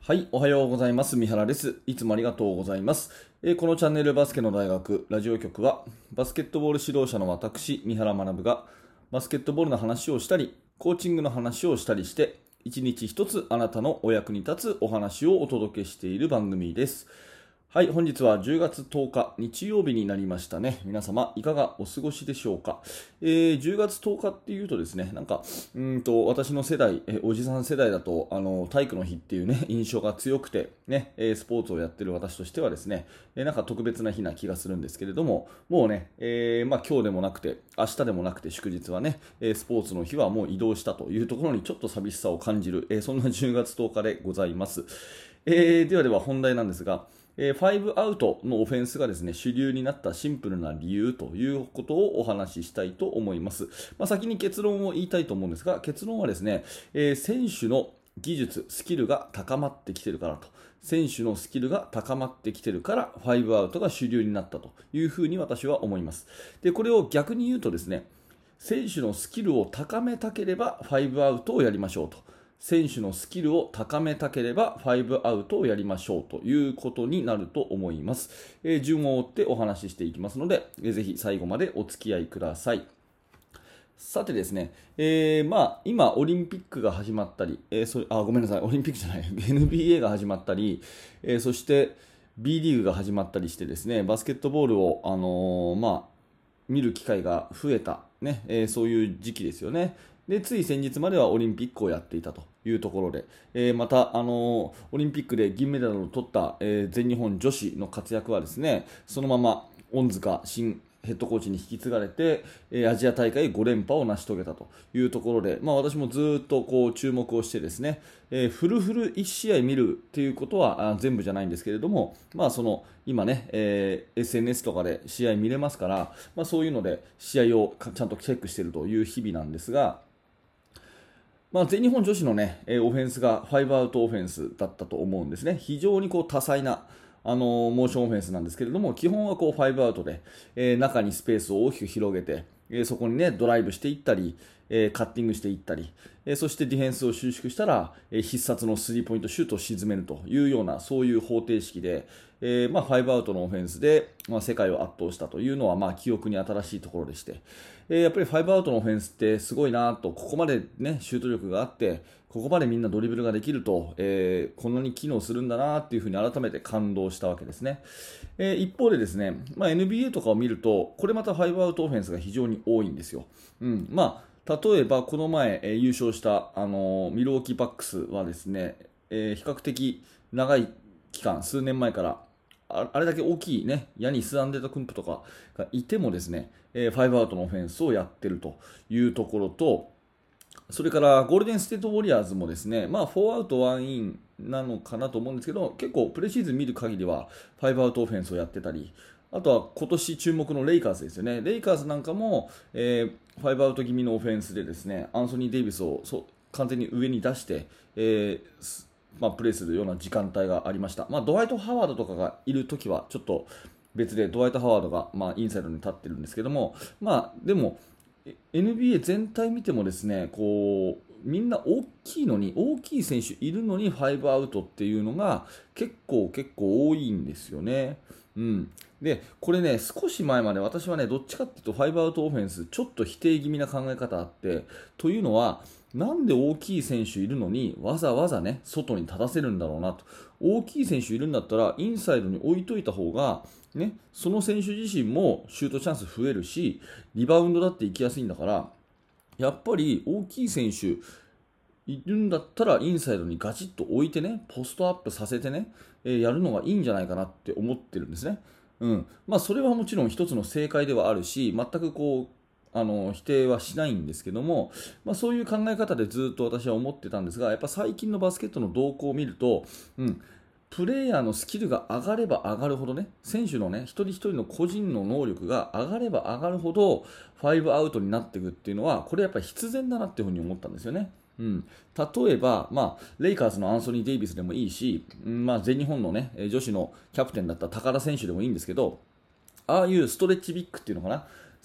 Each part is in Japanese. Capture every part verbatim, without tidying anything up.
はい、おはようございます。三原です。いつもありがとうございます。えーこのチャンネルバスケの大学ラジオ局は、バスケットボール指導者の私、三原学が、バスケットボールの話をしたり、コーチングの話をしたりして、一日一つあなたのお役に立つお話をお届けしている番組です。はい、本日はじゅうがつとおか日曜日になりましたね。皆様いかがお過ごしでしょうか。えー、じゅうがつとおかっていうとですね、なんかうーんと私の世代、えおじさん世代だとあの体育の日っていうね印象が強くてね、えースポーツをやってる私としてはですね、えーなんか特別な日な気がするんですけれども、もうね、えーまあ今日でもなくて明日でもなくて祝日はね、えースポーツの日はもう移動したというところにちょっと寂しさを感じる、えーそんなじゅうがつとおかでございます。えーではでは本題なんですが。えー、ファイブアウトのオフェンスがですね、主流になったシンプルな理由ということをお話ししたいと思います。まあ、先に結論を言いたいと思うんですが、結論はですね、えー選手の技術、スキルが高まってきてるからと。選手のスキルが高まってきてるから、ファイブアウトが主流になったというふうに私は思います。で、これを逆に言うとですね、選手のスキルを高めたければファイブアウトをやりましょうと。選手のスキルを高めたければファイブアウトをやりましょうということになると思います。えー順を追ってお話ししていきますので、えーぜひ最後までお付き合いください。さてですね、えーまあ、今、オリンピックが始まったり、えーそれあごめんなさい、オリンピックじゃない、エヌビーエー が始まったり、えーそして B リーグが始まったりしてですね、バスケットボールを、あのーまあ、見る機会が増えた、ねえーそういう時期ですよね。で、つい先日まではオリンピックをやっていたというところで、えーまた、あのーオリンピックで銀メダルを取った、えー全日本女子の活躍はですね、そのまま恩塚新ヘッドコーチに引き継がれて、えーアジア大会ご連覇を成し遂げたというところで、まあ、私もずっとこう注目をしてですね、えーフルフルいち試合見るっていうことはあ全部じゃないんですけれども、まあ、その今ね、えー エスエヌエス とかで試合見れますから、まあ、そういうので試合をかちゃんとチェックしているという日々なんですが、まあ、全日本女子のね、えーオフェンスがファイブアウトオフェンスだったと思うんですね。非常にこう多彩な、あのーモーションオフェンスなんですけれども、基本はこうファイブアウトで、えー中にスペースを大きく広げて、えーそこにね、ドライブしていったり、えーカッティングしていったり、えーそしてディフェンスを収縮したら、えー必殺のスリーポイントシュートを沈めるというような、そういう方程式で、えーまあ、ファイブアウトのオフェンスで、まあ、世界を圧倒したというのは、まあ、記憶に新しいところでして、えーやっぱりファイブアウトのオフェンスってすごいなと、ここまでね、シュート力があって、ここまでみんなドリブルができると、えーこんなに機能するんだなっていうふうに改めて感動したわけですね。えー一方でですね、まあ、エヌビーエー とかを見ると、これまたファイブアウトオフェンスが非常に多いんですよ。うん、まあ、例えばこの前、えー優勝した、あのーミルウォーキーバックスはですね、えー比較的長い期間、数年前からああれだけ大きいね、ヤニス・アンデタクンプとかがいてもですね、えー、ファイブアウトのオフェンスをやってるというところと、それからゴールデンステートウォリアーズもですね、まあ、フォーアウトワンインなのかなと思うんですけど、結構プレシーズン見る限りはファイブアウトオフェンスをやってたり、あとは今年注目のレイカーズですよね。レイカーズなんかも、えー、ファイブアウト気味のオフェンスでですね、アンソニー・デイビスをそう完全に上に出して、えーすまあ、プレーするような時間帯がありました。まあ、ドワイト・ハワードとかがいるときはちょっと別で、ドワイト・ハワードが、まあ、インサイドに立ってるんですけども、まあ、でも、エヌビーエー 全体見てもですね、こうみんな大きいのに、大きい選手いるのにファイブアウトっていうのが結構結構多いんですよね。うん。で、これね、少し前まで私はね、どっちかっていうとファイブアウトオフェンス、ちょっと否定気味な考え方あって、というのは、なんで大きい選手いるのにわざわざね、外に立たせるんだろうなと。大きい選手いるんだったら、インサイドに置いといた方が、ね、その選手自身もシュートチャンス増えるし、リバウンドだって行きやすいんだから、やっぱり大きい選手いるんだったらインサイドにガチッと置いてね、ポストアップさせてね、えーやるのがいいんじゃないかなって思ってるんですね。うん。まあ、それはもちろん一つの正解ではあるし、全くこう、あの否定はしないんですけども、まあ、そういう考え方でずっと私は思ってたんですが、やっぱ最近のバスケットの動向を見ると、うん、プレイヤーのスキルが上がれば上がるほどね、選手のね、一人一人の個人の能力が上がれば上がるほど、ファイブアウトになっていくっていうのは、これやっぱり必然だなっていうふうに思ったんですよね。うん、例えば、まあ、レイカーズのアンソニー・デイビスでもいいし、うんまあ、全日本の、ね、女子のキャプテンだった高田選手でもいいんですけど、ああいうストレッチビッグっていうのかな、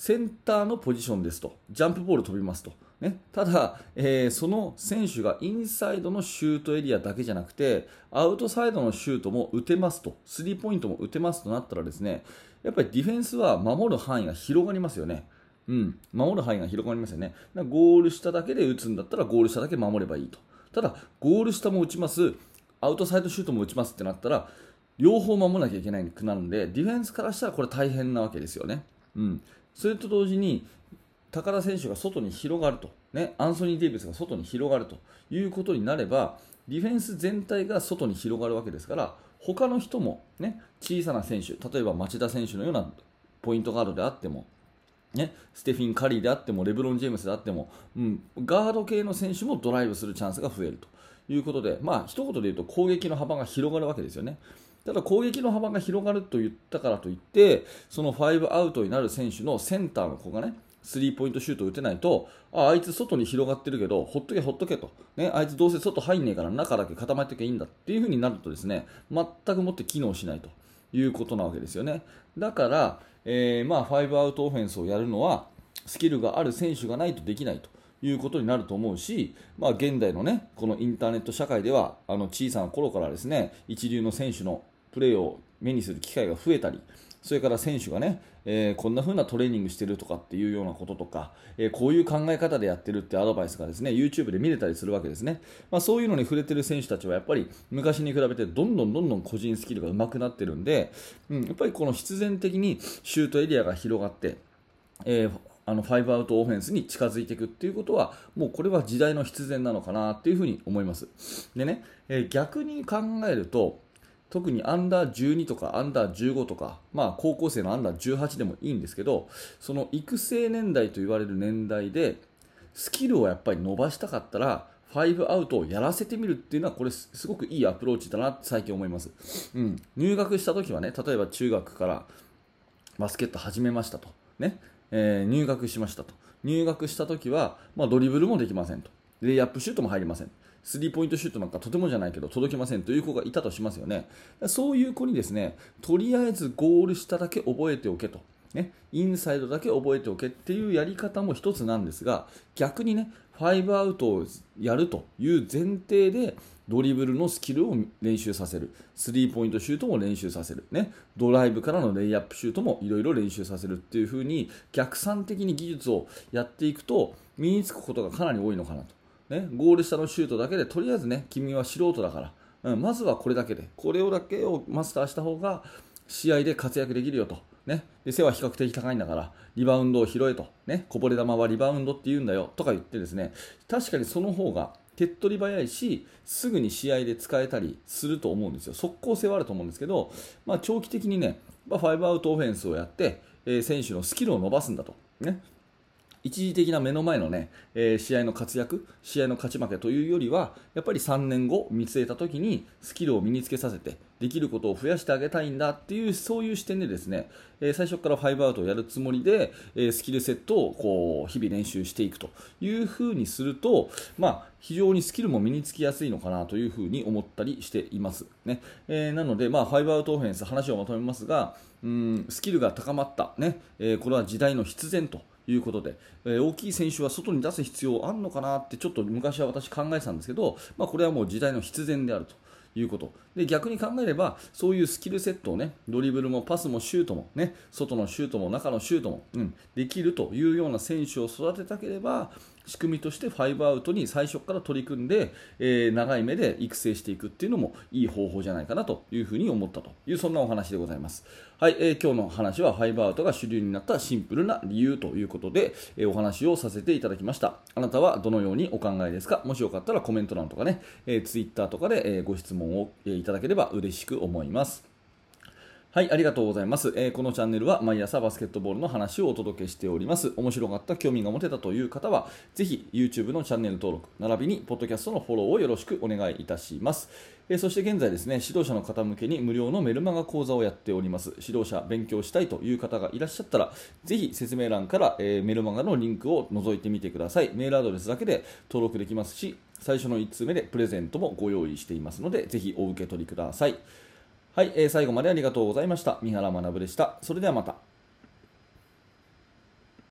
センターのポジションですと、ジャンプボール飛びますと。ね、ただ、えーその選手がインサイドのシュートエリアだけじゃなくて、アウトサイドのシュートも打てますと、スリーポイントも打てますとなったらですね、やっぱりディフェンスは守る範囲が広がりますよね。うん、守る範囲が広がりますよね。だからゴール下だけで打つんだったらゴール下だけ守ればいいと。ただ、ゴール下も打ちます、アウトサイドシュートも打ちますってなったら、両方守らなきゃいけないくなるので、ディフェンスからしたらこれ大変なわけですよね。うん、それと同時に、高田選手が外に広がると、ね、アンソニー・デイビスが外に広がるということになれば、ディフェンス全体が外に広がるわけですから、他の人も、ね、小さな選手、例えば町田選手のようなポイントガードであっても、ね、ステフィン・カリーであっても、レブロン・ジェームスであっても、うん、ガード系の選手もドライブするチャンスが増えるということで、まあ一言で言うと攻撃の幅が広がるわけですよね。ただ攻撃の幅が広がると言ったからといって、そのファイブアウトになる選手のセンターの子がね、スリーポイントシュートを打てないと、ああいつ外に広がってるけど、ほっとけほっとけと、ね、あいつどうせ外入んねえから中だけ固まってけいいんだっていう風になるとですね、全くもって機能しないということなわけですよね。だから、えー、まあファイブアウトオフェンスをやるのはスキルがある選手がないとできないということになると思うし、まあ、現代のね、このインターネット社会ではあの小さな頃からですね、一流の選手のプレーを目にする機会が増えたり、それから選手がね、えー、こんな風なトレーニングしてるとかっていうようなこととか、えー、こういう考え方でやってるってアドバイスがですね、YouTube で見れたりするわけですね。まあ、そういうのに触れてる選手たちはやっぱり昔に比べてどんどんどんどん個人スキルが上手くなってるんで、うん、やっぱりこの必然的にシュートエリアが広がって、えーあのファイブアウトオフェンスに近づいていくっていうことは、もうこれは時代の必然なのかなっていうふうに思います。でね、えー、逆に考えると、特にアンダーじゅうにとかアンダーじゅうごとか、まあ、高校生のアンダーじゅうはちでもいいんですけど、その育成年代と言われる年代でスキルをやっぱり伸ばしたかったらファイブアウトをやらせてみるっていうのは、これすごくいいアプローチだなって最近思います。うん、入学した時はね、例えば中学からバスケット始めましたと、ねえー、入学しましたと。入学した時は、まあ、ドリブルもできませんと、レイアップシュートも入りません、スリーポイントシュートなんかとてもじゃないけど届きませんという子がいたとしますよね。そういう子にですね、とりあえずゴール下だけ覚えておけと、ね、インサイドだけ覚えておけっていうやり方も一つなんですが、逆にね、ファイブアウトをやるという前提でドリブルのスキルを練習させる、スリーポイントシュートも練習させる、ね、ドライブからのレイアップシュートもいろいろ練習させるっていう風に逆算的に技術をやっていくと身につくことがかなり多いのかなと。ね、ゴール下のシュートだけでとりあえずね、君は素人だから、うん、まずはこれだけで、これをだけをマスターした方が試合で活躍できるよと、ね、で背は比較的高いんだからリバウンドを拾えと、ね、こぼれ球はリバウンドって言うんだよとか言ってですね、確かにその方が手っ取り早いし、すぐに試合で使えたりすると思うんですよ。速攻性はあると思うんですけど、まあ、長期的にね、まあ、ファイブアウトオフェンスをやって、えー、選手のスキルを伸ばすんだと、ね、一時的な目の前の、ねえー、試合の活躍、試合の勝ち負けというよりは、やっぱりさんねんご見据えたときにスキルを身につけさせてできることを増やしてあげたいんだっていう、そういう視点でですね、えー、最初からファイブアウトをやるつもりで、えー、スキルセットをこう日々練習していくというふうにすると、まあ、非常にスキルも身につきやすいのかなというふうに思ったりしています、ねえー、なので、まあ、ファイブアウトオフェンス、話をまとめますが、うんスキルが高まった、ねえー、これは時代の必然ということで、えー、大きい選手は外に出す必要あるのかなってちょっと昔は私考えてたんですけど、まあ、これはもう時代の必然であるということで、逆に考えればそういうスキルセットをね、ドリブルもパスもシュートもね、外のシュートも中のシュートも、うん、できるというような選手を育てたければ、仕組みとしてファイブアウトに最初から取り組んで、えー、長い目で育成していくっていうのもいい方法じゃないかなというふうに思ったという、そんなお話でございます。はい、えー、今日の話はファイブアウトが主流になったシンプルな理由ということで、えー、お話をさせていただきました。あなたはどのようにお考えですか？もしよかったらコメント欄とかね、えー、ツイッターとかで、えー、ご質問を、えー、いただければ嬉しく思います。はい、ありがとうございます、えー、このチャンネルは毎朝バスケットボールの話をお届けしております。面白かった、興味が持てたという方はぜひ YouTube のチャンネル登録並びにポッドキャストのフォローをよろしくお願いいたします。えー、そして現在ですね、指導者の方向けに無料のメルマガ講座をやっております。指導者勉強したいという方がいらっしゃったらぜひ説明欄から、えー、メルマガのリンクを覗いてみてください。メールアドレスだけで登録できますし、最初のいち通目でプレゼントもご用意していますのでぜひお受け取りください。はい、えー、最後までありがとうございました。三原学でした。それではまた。